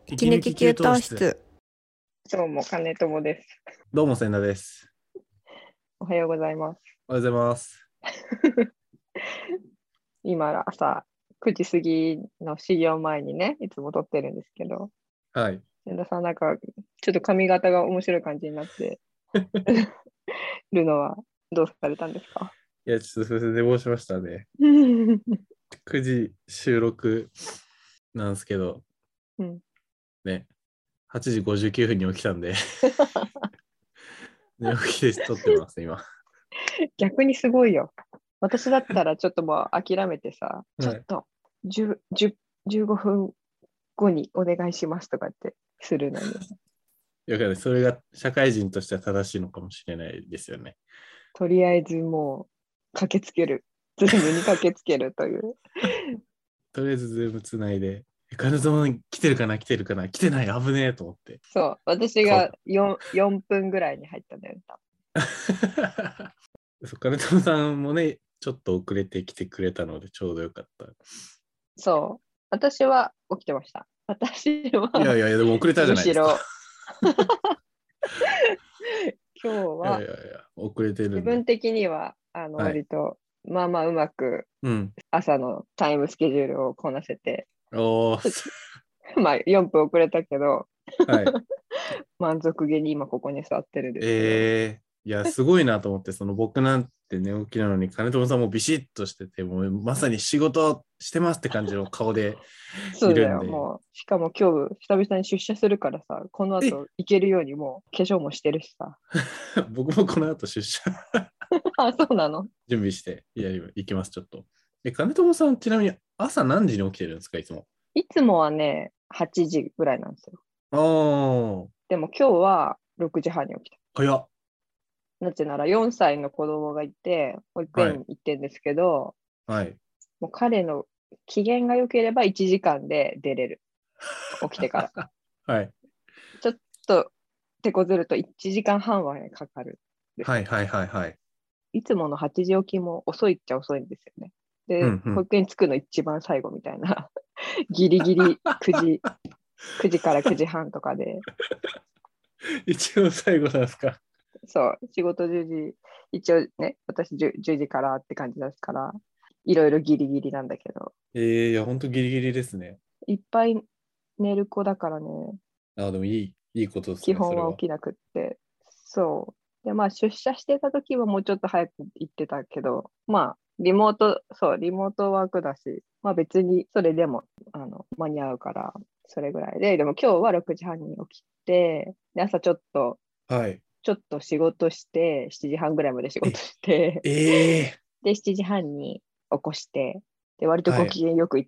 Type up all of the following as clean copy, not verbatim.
息抜き給湯室。 どうも金友です。 どうも千田です。 おはようございます。 おはようございます。 今朝9時過ぎの始業前にね、いつも撮ってるんですけど、 はい。 千田さんなんかちょっと髪型が面白い感じになってるのはどうされたんですか？ いや、ちょっとそれで寝坊しましたね。 うん、 9時収録なんですけど、ね、8時59分に起きたんで寝起きで撮ってます、今。 逆にすごいよ。私だったらちょっともう諦めてさ、ちょはい。 っと10 15分後にお願いしますとかってするのに、 いや、それが社会人としては正しいのかもしれないですよね。 とりあえずもう駆けつける。ズームに駆けつけるという。 とりあえずズームつないで、金友来てるかな、来てるかな、来てない、危ねえと思って。 そう、私が4分ぐらいに入ったんだよね。 そう、金友さんもね、ちょっと遅れてきてくれたのでちょうどよかった。 そう、私は起きてました。私はいやいやいや、でも遅れたじゃないですか。 むしろ今日いやいはやいや、遅れてるんで。 自分的にははい。 割とまあまあうまくうん。 朝のタイムスケジュールをこなせて、 おー、 まあ4分遅れたけどはい。 満足げに今ここに座ってるんですけど。 いや、すごいなと思って、その僕なんて寝起きなのに、金友さんもビシッとしてて、もうまさに仕事してますって感じの顔でいそうだよ、 るんで。 もう。しかも今日久々に出社するからさ、このえ、 後行けるようにもう化粧もしてるしさ。 僕もこの後出社あ、そうなの？ 準備して、行きます、ちょっと。金友さん、ちなみに朝何時に起きてるんですか、いつも。 いつもはね、8時ぐらいなんですよ。 あー、 でも今日は6時半に起きた。 早っ。 なぜなら4歳の子供がいて、保育はい、 園に行ってるんですけど、 はい。 もう彼の機嫌が良ければ1時間で出れる。起きてから。 はい、 ちょっと手こずると1時間半は、ね、かかるんですよ。 はい、はい、はい、はい。 いつもの8時起きも遅いっちゃ遅いんですよね。で、 うん、うん。 保育園着くの一番最後みたいな。ギリギリ9時から9時半とかで、 一応最後なんですか。 そう、仕事10時、一応ね、私10時からって感じですから、いろいろギリギリなんだけど、 いや、ほんとギリギリですね。 いっぱい寝る子だからね、 あ、でもいいことです基ね、それは。 本は起きなくって、そう。で、まあ出社してた時はもうちょっと早く行ってたけど、まあ、リモートワークだし、まあ別にそれでも、間に合うから、それぐらいで、でも今日は6時半に起きて、で、朝はい。 ちょっと仕事して、7時半ぐらいまで仕事え、 して、 えで、7時半に起こして、で、割とはい。 ご機嫌よく行って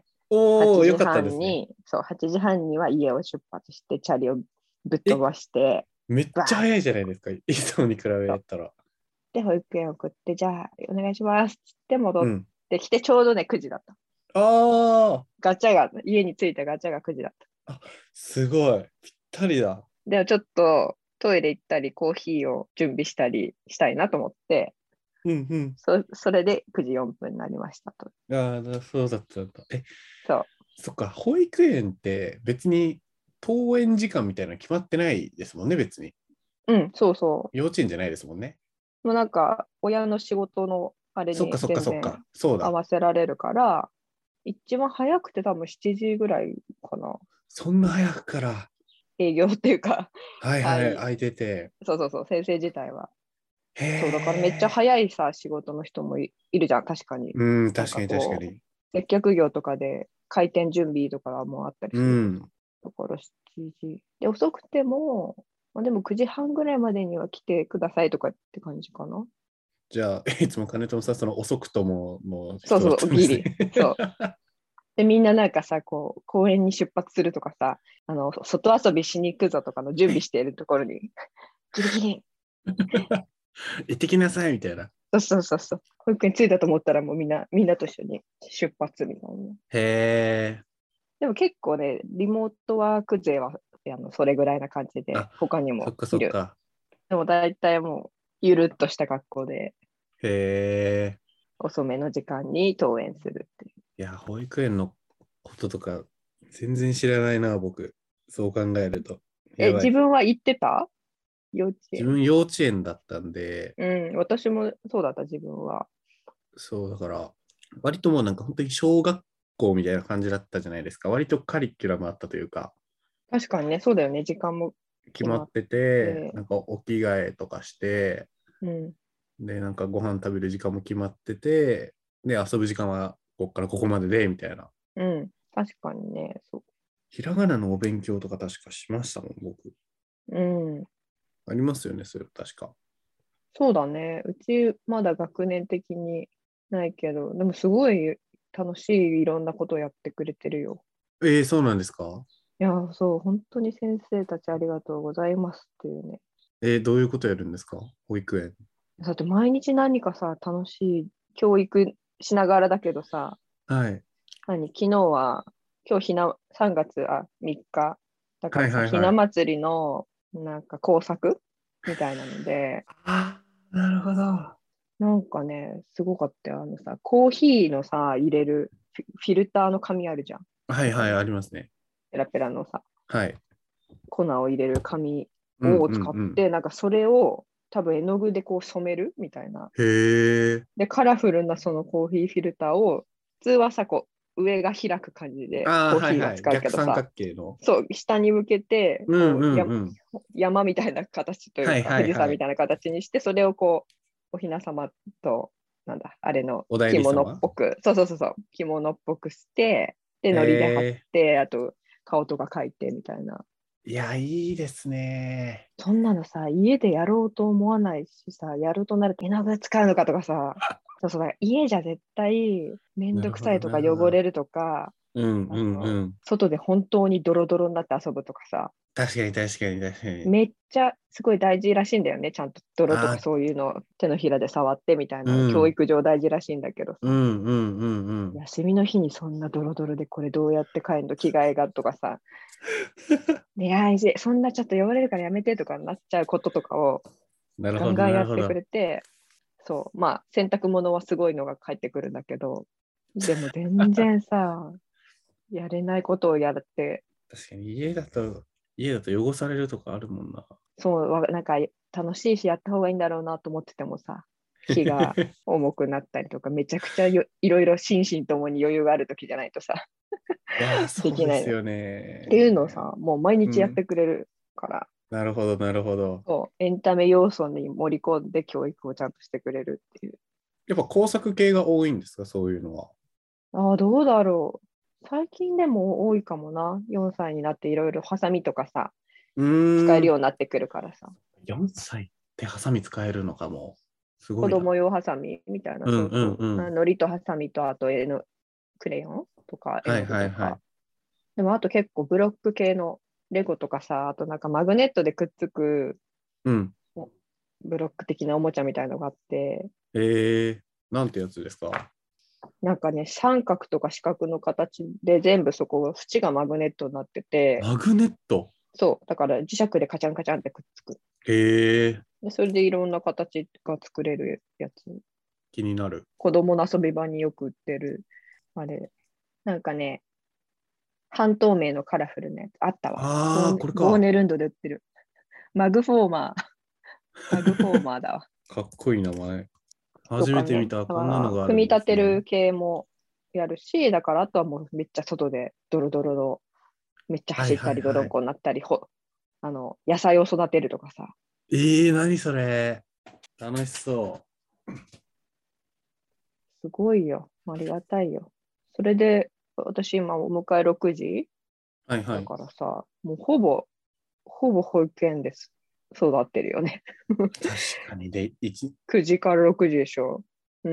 、8 おー、よかった時ですね。 半に、そう、8時半には家を出発して、チャリをぶっ飛え、 ばして、 めっちゃバーッ早いじゃないですか。いつもに比べと。 たら。 で、保育園送って、じゃあ、お願いしますっつって戻っうん。 てきて、ちょうどね、9時だった。 あ家に着いたガチャが9時だった。 あ、すごい。ぴったりだ。 でもちょっとトイレ行ったり、コーヒーを準備したりしたいなと思って、 うんうん。 それで9時4分になりましたと。 そうだったんだ。 そう。 そっか、保育園って別に登園時間みたいなの決まってないですもんね、別に。 うん、そうそ幼稚園じゃないですもんね。 う。もうなんか、親の仕事のあれにそっかそっか全然そっか。そうだ。 合わせられるから、一番早くて多分7時ぐらいかな。 そんな早くから。 営業っていうか、 はいはい、 はい、 空いてて。 そうそうそう、先生自体は。 へそう、だからめっちゃえ。 早いさ、仕事の人もいるじゃん、確かに。 うん、 なん確かに確かかこに。 う、接客業とかで開店準備とかもあったりうするとさ。 ん。 だから7時。で、遅くても、まあ、でも9時半ぐらいまでには来てくださいとかって感じかな。 じゃあ、いつも金友さん、その遅くともの人だっそうそう、 たんですね。 ギリ。そう。で、みんななんかさ、こう、公園に出発するとかさ、外遊びしに行くぞとかの準備しているところに、ギリギリ。 行ってきなさいみたいな。 そうそうそうそう。保育園着いたと思ったらもうみんなと一緒に出発みたいな。 へえ。 でも結構ね、リモートワーク勢はそれぐらいな感じで、 あ、 他にそっかそもいる。 っか。 でも大体もう、ゆるっとした格好で、 へえ。 遅めの時間に登園するっていう。 いや、保育園のこととか全然知らないな、僕。 そう考えると。やばい。 自分は行ってた幼稚園。 自分幼稚園だったんで、 うん、私もそうだった、自分は。 そうだから、割ともうなんか本当に小学校みたいな感じだったじゃないですか。割とカリキュラムあったというか、 確かにね、そうだよね、時間も決まっ決まってて、 て。 なんかお着替えとかして、 うん、 で、なんかご飯食べる時間も決まってて、で、遊ぶ時間はこっからここまでで、みたいな。 うん、確かにね、そひらがなのお勉強とか確かしましたもん、僕。 う。うん、 ありますよね、それ確か。 そうだね。うちまだ学年的にないけど、でもすごい楽しいいろんなことをやってくれてるよ。 そうなんですか？ いや、そう、本当に先生たちありがとうございますっていうね。 どういうことやるんですか？保育園。 だって毎日何かさ、楽しい教育しながらだけどさ、 はい。 昨日は、今日3月3日。だかはらさ、 いはいはい。 ひな祭りのなんか工作みたいなので、 ああ、なるほど。はなんかね、すごかったよ。コーヒーのさ、入れるフィルターの紙あるじゃん。 いはい、ありますね。 ペラペラのさ、 はい。 粉を入れる紙うんをうんうん。 使って、なんかそれを多分絵の具でこう染めるみたいな。 へえ。 で、カラフルなそのコーヒーフィルターを、普通はさ、こう、上が開く感じでああ、 コーはいはい。 ヒーは使うけどさ、 逆三角形の。 そう、下に向けて、 うんこう、 うんうん。 山みたいな形といはいうか、 はいはい。 富士山みたいな形にして、それをこう、お雛様と、なんだ、あれのお代着物っ理様。 ぽく、そうそうそうそう、着物っぽくして、で、 へ糊で貼っえ。 て、あと、顔とか描いてみたいな。 いや、いいですね。 そんなのさ、家でやろうと思わないしさ、やるとなると絵の具使うのかとかさ、そうそう、家じゃ絶対めんなるほど、 どくさいとかなるほど。 汚れるとか、 うんうんうん。 外で本当にドロドロになって遊ぶとかさ、 確かに確かに確かに。 めっちゃすごい大事らしいんだよね。ちゃんと泥とかあそういうのを手のひらで触ってみたいうな、教ん。 育上大事らしいんだけどうさ、 んうんうんうん。 休みの日にそんなドロドロでこれどうやって帰るの着替えがとかさ、ねそんなちょっと汚れるからやめてとかなっちゃうこととかをガンなるほど、 ガンやってくなるほど。 れて、そう、まあ洗濯物はすごいのが返ってくるんだけど、でも全然さ、やれないことをやって、 確かに家だと汚されるとかあるもんな。 そう、なんか楽しいしやった方がいいんだろうなと思っててもさ、気が重くなったりとか、めちゃくちゃいろいろ心身ともに余裕がある時じゃないとさ、 いやー、 できないの。っそうですよていうのをね。 さ、もう毎日やっうん。 てくれるから、 なるほど、なるほど。 そうエンタメ要素に盛り込んで教育をちゃんとしてくれるっていう。 やっぱ工作系が多いんですか、そういうのは。 ああ、どうだろう。最近でも多いかもな。4歳になっていろいろハサミとかさ、 うーん。 使えるようになってくるからさ。 4歳ってハサミ使えるのかも。すごいな。 子供用ハサミみたいな、 うんうんそうそう。 うん。 糊とハサミと、あとクレヨンとか絵はいの具とか。 はいはい。 でもあと結構ブロック系のレゴとかさ、あとなんかマグネットでくっつくうん。 ブロック的なおもちゃみたいのがあって、 なんてやつですか？ なんかね、三角とか四角の形で全部そこ、縁がマグネットになってて、 マグネット。 そう、だから磁石でカチャンカチャンってくっつく。 へえ、 でそれでいろんな形が作れるやつ。 気になる。 子供の遊び場によく売ってる。あれ。なんかね、半透明のカラフルなやつあったわ。 ああ、これか。 ボーネルンドで売ってる。マグフォーマー。マグフォーマーだわ。 かっこいい名前。初めとかね。 て見た。 だこんなのから、 があるん組み立てるですね。 系もやるし、だからあとはもうめっちゃ外でドロドロの、めっちゃはい走ったり、泥んはいはい。 こになったり、野菜を育てるとかさ。 何それ。楽しそすごいよ。ありがたいよ。それで、私今お迎え6時う。はいはだい。 からさ、もうほぼ保育園です。育ってるよね。 確かにで、 9時から6時でしょ。うん。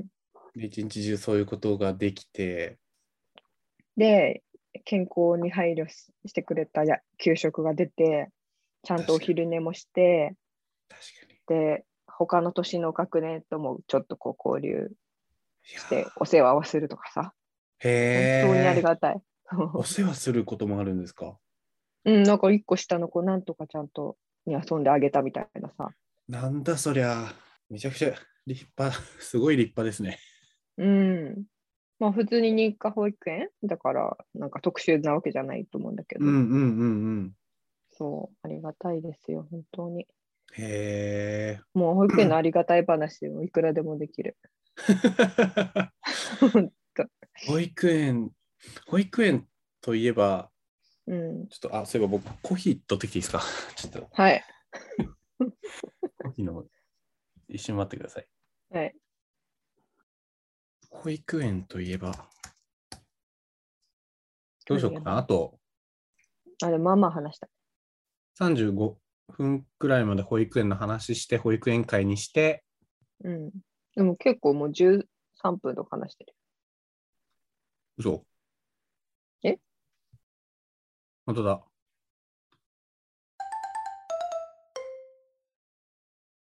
一日中そういうことができて、 で、健康に配慮してくれた給食が出て、ちゃんとお確かに、 昼寝もして、 確かに。 で、他の年の学年ともちょっとこう交流いやしてお世話をするとかさ、 ーへ本当にありえ、 がたい。 お世話することもあるんですか？ うん、なんか一個下の子なんとかちゃんとに遊んであげたみたいなさ。 なんだそりゃ。めちゃくちゃ立派、すごい立派ですね。 うん。 まあ普通に認可保育園だから、なんか特殊なわけじゃないと思うんだけど、 うんうんうんうん。 そう、ありがたいですよ、本当に。 へえ。 もう保育園のありがたい話でもいくらでもできる。本当。 保育園、保育園といえば、 うん。 ちょっと、そういえば僕、コーヒー取ってきていいですか？ちょっと、 はい。 コーヒーの、一瞬待ってください。 はい。 保育園といえば、どうしようかな。あ何やろとう。でもまあまあ話した。 35分くらいまで保育園の話して、保育園会にして、 うん。でも結構もう13分とか話してる。 嘘、 え本当だ。